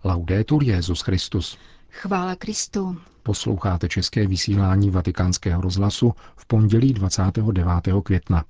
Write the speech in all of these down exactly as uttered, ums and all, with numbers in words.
Laudetur Jesus Christus. Chvála Kristu. Posloucháte české vysílání Vatikánského rozhlasu v pondělí dvacátého devátého května.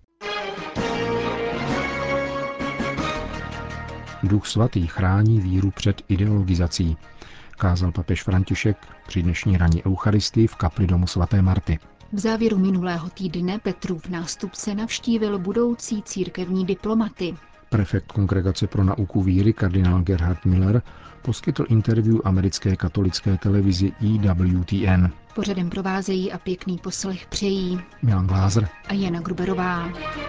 Duch svatý chrání víru před ideologizací, kázal papež František při dnešní ranní eucharistii v kapli domu svaté Marty. V závěru minulého týdne Petrův nástupce navštívil budoucí církevní diplomaty. Prefekt Kongregace pro nauku víry kardinál Gerhard Miller poskytl interview americké katolické televizi E W T N. Pořadem provázejí a pěkný poslech přejí Milan Glázer a Jana Gruberová.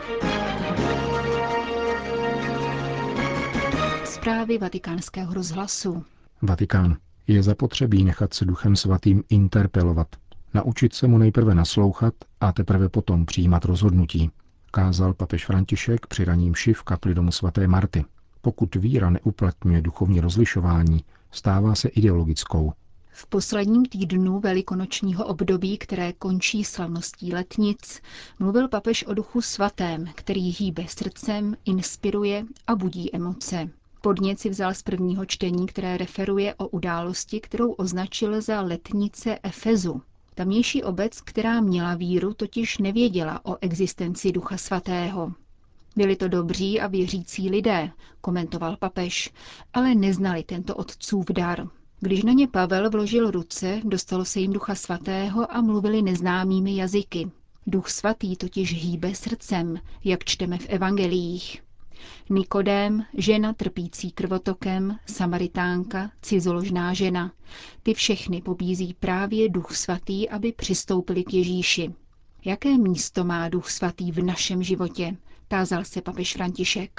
Zprávy Vatikánského rozhlasu. Vatikán. Je zapotřebí nechat se Duchem svatým interpelovat. Naučit se mu nejprve naslouchat a teprve potom přijímat rozhodnutí, kázal papež František při ranní mši v kapli domu svaté Marty. Pokud víra neuplatňuje duchovní rozlišování, stává se ideologickou. V posledním týdnu velikonočního období, které končí slavností letnic, mluvil papež o Duchu svatém, který hýbe srdcem, inspiruje a budí emoce. Podnět si vzal z prvního čtení, které referuje o události, kterou označil za letnice Efezu. Tamnější obec, která měla víru, totiž nevěděla o existenci Ducha svatého. Byli to dobří a věřící lidé, komentoval papež, ale neznali tento otcův dar. Když na ně Pavel vložil ruce, dostalo se jim Ducha svatého a mluvili neznámými jazyky. Duch svatý totiž hýbe srdcem, jak čteme v evangeliích. Nikodém, žena trpící krvotokem, Samaritánka, cizoložná žena. Ty všechny pobízí právě Duch svatý, aby přistoupili k Ježíši. Jaké místo má Duch svatý v našem životě? Tázal se papež František.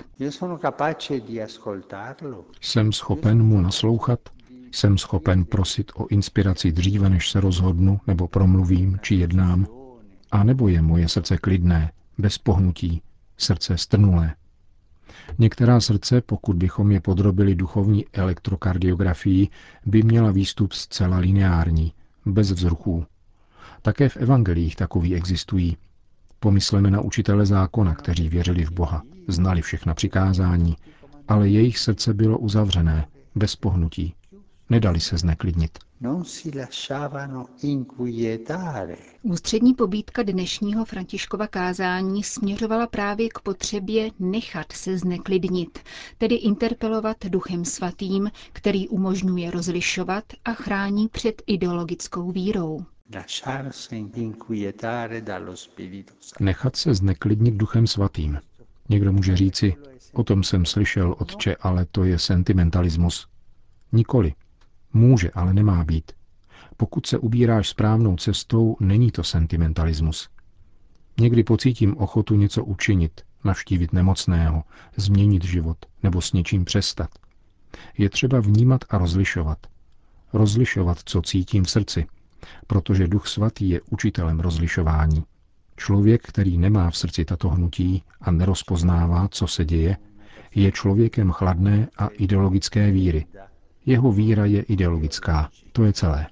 Jsem schopen mu naslouchat? Jsem schopen prosit o inspiraci dříve, než se rozhodnu, nebo promluvím, či jednám? A nebo je moje srdce klidné, bez pohnutí, srdce strnulé? Některá srdce, pokud bychom je podrobili duchovní elektrokardiografii, by měla výstup zcela lineární, bez vzruchů. Také v evangelích takoví existují. Pomysleme na učitele zákona, kteří věřili v Boha, znali všechna přikázání, ale jejich srdce bylo uzavřené, bez pohnutí. Nedali se zneklidnit. Ústřední pobídka dnešního Františkova kázání směřovala právě k potřebě nechat se zneklidnit, tedy interpelovat Duchem svatým, který umožňuje rozlišovat a chrání před ideologickou vírou. Nechat se zneklidnit Duchem svatým. Někdo může říci, o tom jsem slyšel, otče, ale to je sentimentalismus. Nikoli. Může, ale nemá být. Pokud se ubíráš správnou cestou, není to sentimentalismus. Někdy pocítím ochotu něco učinit, navštívit nemocného, změnit život nebo s něčím přestat. Je třeba vnímat a rozlišovat. Rozlišovat, co cítím v srdci, protože Duch svatý je učitelem rozlišování. Člověk, který nemá v srdci tato hnutí a nerozpoznává, co se děje, je člověkem chladné a ideologické víry. Jeho víra je ideologická. To je celé.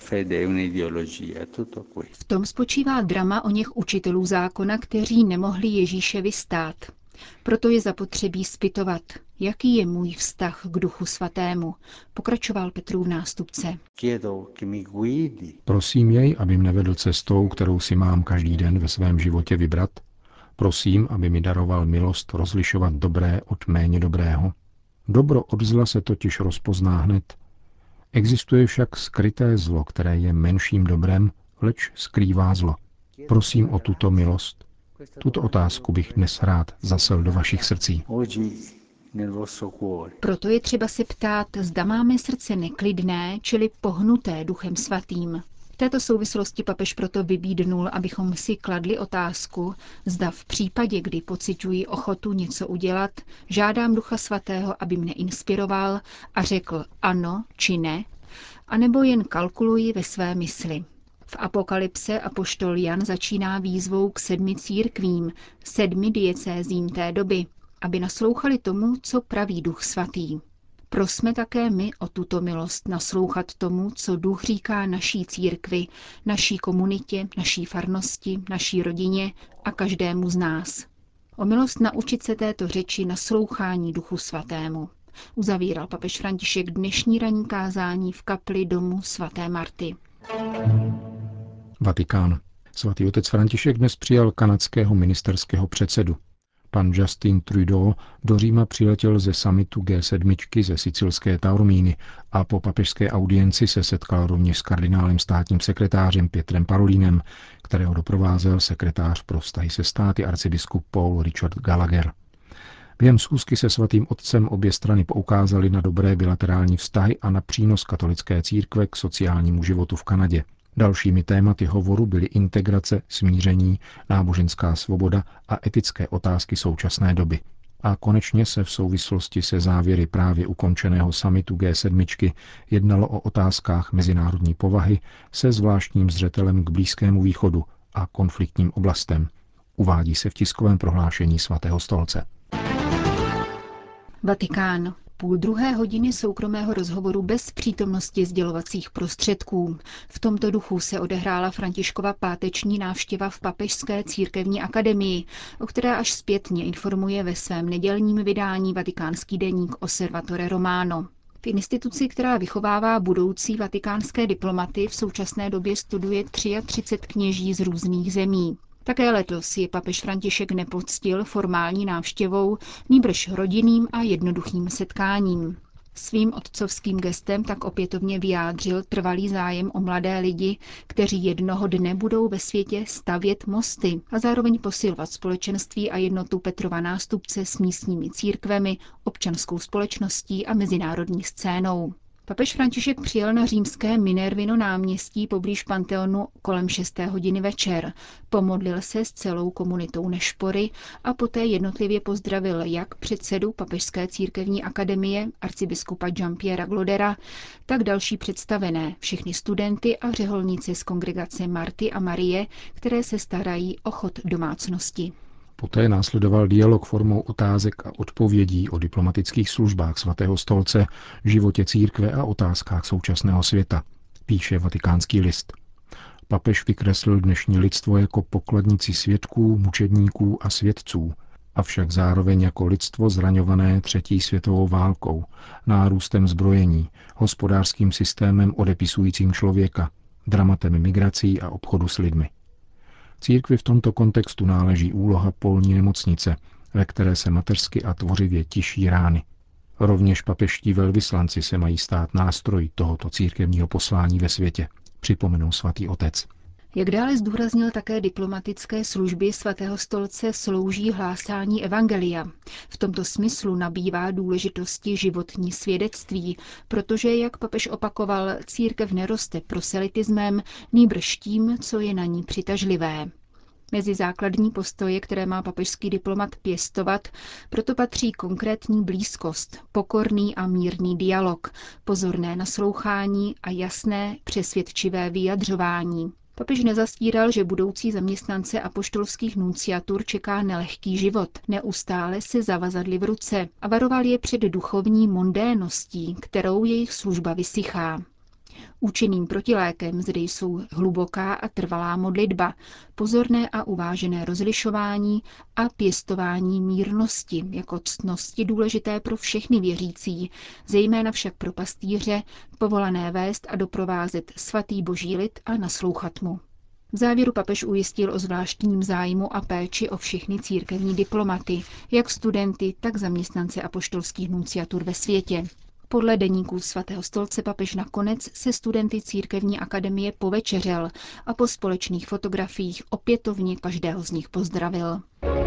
V tom spočívá drama o něch učitelů zákona, kteří nemohli Ježíše vystát. Proto je zapotřebí zpytovat, jaký je můj vztah k Duchu svatému, pokračoval Petrův nástupce. Prosím jej, aby mne vedl cestou, kterou si mám každý den ve svém životě vybrat. Prosím, aby mi daroval milost rozlišovat dobré od méně dobrého. Dobro od zla se totiž rozpozná hned. Existuje však skryté zlo, které je menším dobrem, leč skrývá zlo. Prosím o tuto milost. Tuto otázku bych dnes rád zasel do vašich srdcí. Proto je třeba se ptát, zda máme srdce neklidné, čili pohnuté Duchem svatým. V této souvislosti papež proto vybídnul, abychom si kladli otázku, zda v případě, kdy pociťuji ochotu něco udělat, žádám Ducha svatého, aby mne inspiroval a řekl ano či ne, anebo jen kalkuluji ve své mysli. V Apokalypse apoštol Jan začíná výzvou k sedmi církvím, sedmi diecézím té doby, aby naslouchali tomu, co praví Duch svatý. Prosme také my o tuto milost naslouchat tomu, co Duch říká naší církvi, naší komunitě, naší farnosti, naší rodině a každému z nás. O milost naučit se této řeči naslouchání Duchu svatému. uzavíral papež František dnešní ranní kázání v kapli domu svaté Marty. Vatikán. Svatý otec František dnes přijal kanadského ministerského předsedu. Pan Justin Trudeau do Říma přiletěl ze summitu G sedm ze sicilské Taormíny a po papežské audienci se setkal rovněž s kardinálem státním sekretářem Pietrem Parolinem, kterého doprovázel sekretář pro vztahy se státy arcibiskup Paul Richard Gallagher. Během schůzky se svatým otcem obě strany poukázaly na dobré bilaterální vztahy a na přínos katolické církve k sociálnímu životu v Kanadě. Dalšími tématy hovoru byly integrace, smíření, náboženská svoboda a etické otázky současné doby. A konečně se v souvislosti se závěry právě ukončeného summitu G sedm jednalo o otázkách mezinárodní povahy se zvláštním zřetelem k Blízkému východu a konfliktním oblastem. Uvádí se v tiskovém prohlášení svatého stolce. Vatikán. Půl druhé hodiny soukromého rozhovoru bez přítomnosti sdělovacích prostředků. V tomto duchu se odehrála Františkova páteční návštěva v Papežské církevní akademii, o které až zpětně informuje ve svém nedělním vydání vatikánský deník Osservatore Romano. V instituci, která vychovává budoucí vatikánské diplomaty, v současné době studuje třicet tři kněží z různých zemí. Také letos je papež František nepoctil formální návštěvou, nýbrž rodinným a jednoduchým setkáním. Svým otcovským gestem tak opětovně vyjádřil trvalý zájem o mladé lidi, kteří jednoho dne budou ve světě stavět mosty a zároveň posilovat společenství a jednotu Petrova nástupce s místními církvemi, občanskou společností a mezinárodní scénou. Papež František přijel na římské Minervino náměstí poblíž Panteonu kolem šesté hodiny večer. Pomodlil se s celou komunitou Nešpory a poté jednotlivě pozdravil jak předsedu Papežské církevní akademie arcibiskupa Giampiera Glodera, tak další představené, všechny studenty a řeholníci z kongregace Marty a Marie, které se starají o chod domácnosti. Poté následoval dialog formou otázek a odpovědí o diplomatických službách svatého stolce, životě církve a otázkách současného světa, píše Vatikánský list. Papež vykreslil dnešní lidstvo jako pokladnici svědků, mučedníků a svědců, avšak zároveň jako lidstvo zraňované třetí světovou válkou, nárůstem zbrojení, hospodářským systémem odepisujícím člověka, dramatem migrací a obchodu s lidmi. Církvi v tomto kontextu náleží úloha polní nemocnice, ve které se mateřsky a tvořivě tiší rány. Rovněž papežští velvyslanci se mají stát nástroji tohoto církevního poslání ve světě, připomenul svatý otec. Jak dále zdůraznil, také diplomatické služby svatého stolce slouží hlásání evangelia. V tomto smyslu nabývá důležitosti životní svědectví, protože, jak papež opakoval, církev neroste proselitismem, nýbrž tím, co je na ní přitažlivé. Mezi základní postoje, které má papežský diplomat pěstovat, proto patří konkrétní blízkost, pokorný a mírný dialog, pozorné naslouchání a jasné, přesvědčivé vyjadřování. Papež nezastíral, že budoucí zaměstnance apoštolských nunciatur čeká nelehký život, neustále se zavazadly v ruce a varoval je před duchovní mondéností, kterou jejich služba vysychá. Účinným protilékem zde jsou hluboká a trvalá modlitba, pozorné a uvážené rozlišování a pěstování mírnosti jako ctnosti důležité pro všechny věřící, zejména však pro pastýře, povolané vést a doprovázet svatý boží lid a naslouchat mu. V závěru papež ujistil o zvláštním zájmu a péči o všechny církevní diplomaty, jak studenty, tak zaměstnance apoštolských nunciatur ve světě. Podle deníků svatého stolce papež nakonec se studenty církevní akademie povečeřel a po společných fotografiích opětovně každého z nich pozdravil.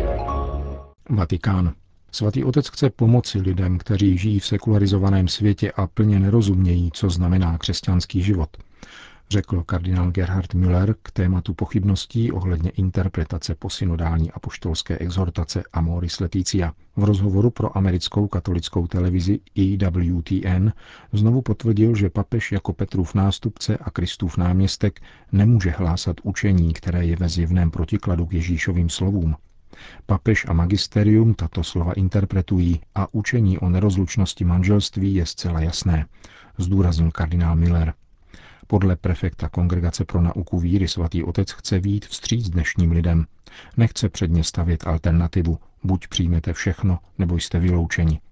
Vatikán. Svatý otec chce pomoci lidem, kteří žijí v sekularizovaném světě a plně nerozumějí, co znamená křesťanský život, řekl kardinál Gerhard Müller k tématu pochybností ohledně interpretace posynodální apoštolské exhortace Amoris Laetitia. V rozhovoru pro americkou katolickou televizi E W T N znovu potvrdil, že papež jako Petrův nástupce a Kristův náměstek nemůže hlásat učení, které je ve zjevném protikladu k Ježíšovým slovům. Papež a magisterium tato slova interpretují a učení o nerozlučnosti manželství je zcela jasné, zdůraznil kardinál Müller. Podle prefekta Kongregace pro nauku víry svatý otec chce vyjít vstříc dnešním lidem. Nechce před ně stavět alternativu, buď přijmete všechno, nebo jste vyloučeni.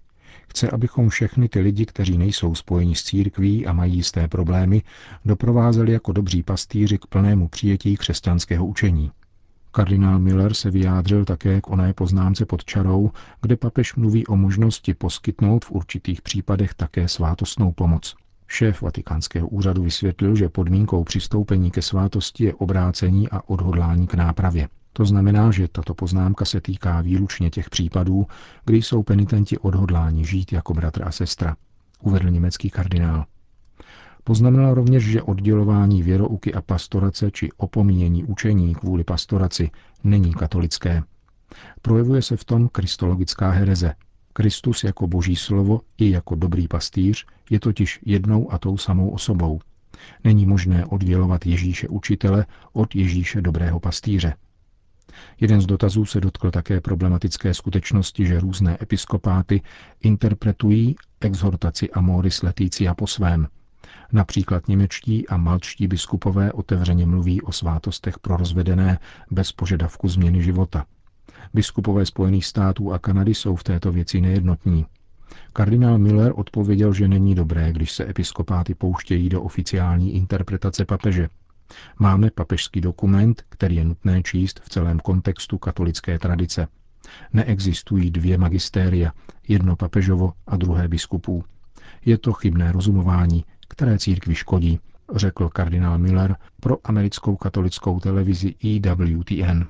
Chce, abychom všechny ty lidi, kteří nejsou spojeni s církví a mají jisté problémy, doprovázeli jako dobří pastýři k plnému přijetí křesťanského učení. Kardinál Müller se vyjádřil také k oné poznámce pod čarou, kde papež mluví o možnosti poskytnout v určitých případech také svátostnou pomoc. Šéf vatikánského úřadu vysvětlil, že podmínkou přistoupení ke svátosti je obrácení a odhodlání k nápravě. To znamená, že tato poznámka se týká výlučně těch případů, kdy jsou penitenti odhodláni žít jako bratr a sestra, uvedl německý kardinál. Poznamenal rovněž, že oddělování věrouky a pastorace či opomíjení učení kvůli pastoraci není katolické. Projevuje se v tom kristologická hereze. Kristus jako boží slovo i jako dobrý pastýř je totiž jednou a tou samou osobou. Není možné oddělovat Ježíše učitele od Ježíše dobrého pastýře. Jeden z dotazů se dotkl také problematické skutečnosti, že různé episkopáty interpretují exhortaci Amoris Laetitia po svém. Například němečtí a maltští biskupové otevřeně mluví o svátostech pro rozvedené bez požadavku změny života. Biskupové Spojených států a Kanady jsou v této věci nejednotní. Kardinál Müller odpověděl, že není dobré, když se episkopáty pouštějí do oficiální interpretace papeže. Máme papežský dokument, který je nutné číst v celém kontextu katolické tradice. Neexistují dvě magistéria, jedno papežovo a druhé biskupů. Je to chybné rozumování, které církvi škodí, řekl kardinál Müller pro americkou katolickou televizi E W T N.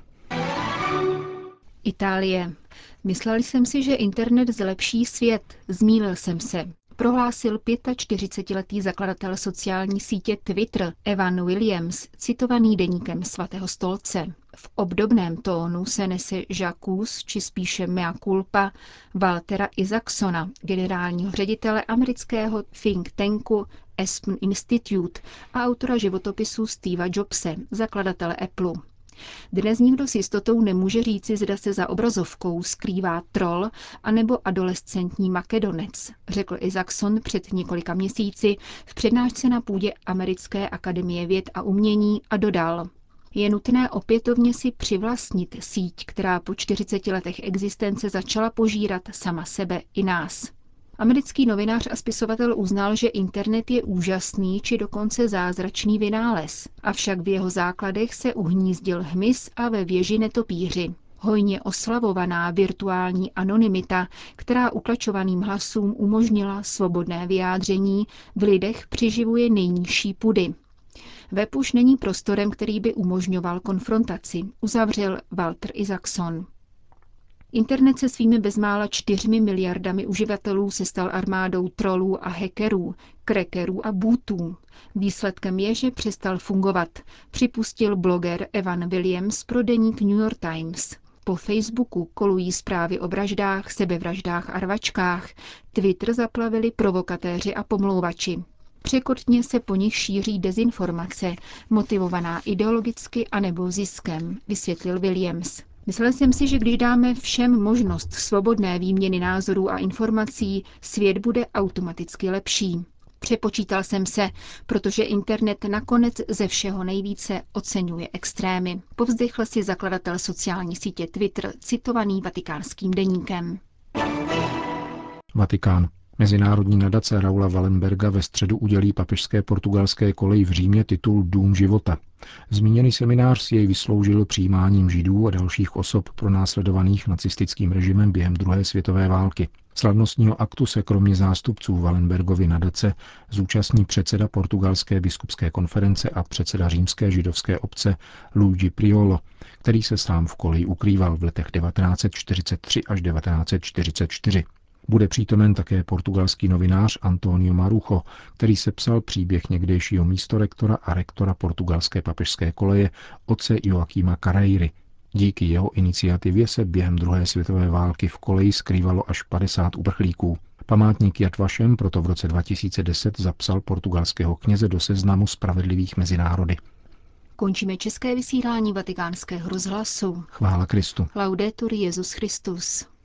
Itálie. Myslel jsem si, že internet zlepší svět. Zmýlil jsem se. Prohlásil čtyřicetiletý zakladatel sociální sítě Twitter Evan Williams, citovaný deníkem Svatého stolce. V obdobném tónu se nese žákus, či spíše mea culpa, Waltera Isaacsona, generálního ředitele amerického think tanku Aspen Institute a autora životopisu Steva Jobse, zakladatele Apple. Dnes nikdo s jistotou nemůže říci, zda se za obrazovkou skrývá troll anebo adolescentní Makedonec, řekl Isaacson před několika měsíci v přednášce na půdě Americké akademie věd a umění a dodal: Je nutné opětovně si přivlastnit síť, která po čtyřiceti letech existence začala požírat sama sebe i nás. Americký novinář a spisovatel uznal, že internet je úžasný či dokonce zázračný vynález, avšak v jeho základech se uhnízdil hmyz a ve věži netopíři. Hojně oslavovaná virtuální anonymita, která utlačovaným hlasům umožnila svobodné vyjádření, v lidech přiživuje nejnižší pudy. Web už není prostorem, který by umožňoval konfrontaci, uzavřel Walter Isaacson. Internet se svými bezmála čtyřmi miliardami uživatelů se stal armádou trollů a hackerů, crackerů a bootů. Výsledkem je, že přestal fungovat, připustil bloger Evan Williams pro deník New York Times. Po Facebooku kolují zprávy o vraždách, sebevraždách a rvačkách. Twitter zaplavili provokatéři a pomlouvači. Překotně se po nich šíří dezinformace, motivovaná ideologicky anebo ziskem, vysvětlil Williams. Myslel jsem si, že když dáme všem možnost svobodné výměny názorů a informací, svět bude automaticky lepší. Přepočítal jsem se, protože internet nakonec ze všeho nejvíce oceňuje extrémy. Povzdychl si zakladatel sociální sítě Twitter, citovaný vatikánským deníkem. Vatikán. Mezinárodní nadace Raula Wallenberga ve středu udělí papežské portugalské koleji v Římě titul Dům života. Zmíněný seminář si jej vysloužil přijímáním Židů a dalších osob pronásledovaných nacistickým režimem během druhé světové války. Slavnostního aktu se kromě zástupců Wallenbergovy nadace zúčastní předseda portugalské biskupské konference a předseda římské židovské obce Luigi Priolo, který se sám v koleji ukrýval v letech devatenáct set čtyřicet tři až devatenáct set čtyřicet čtyři. Bude přítomen také portugalský novinář Antonio Marucho, který sepsal příběh někdejšího místorektora a rektora portugalské papežské koleje otce Joaquima Carreiry. Díky jeho iniciativě se během druhé světové války v koleji skrývalo až padesát uprchlíků. Památník Yad Vashem proto v roce dva tisíce deset zapsal portugalského kněze do seznamu spravedlivých mezi národy. Končíme české vysílání Vatikánského rozhlasu. Chvála Kristu. Laudetur Jesus Christus.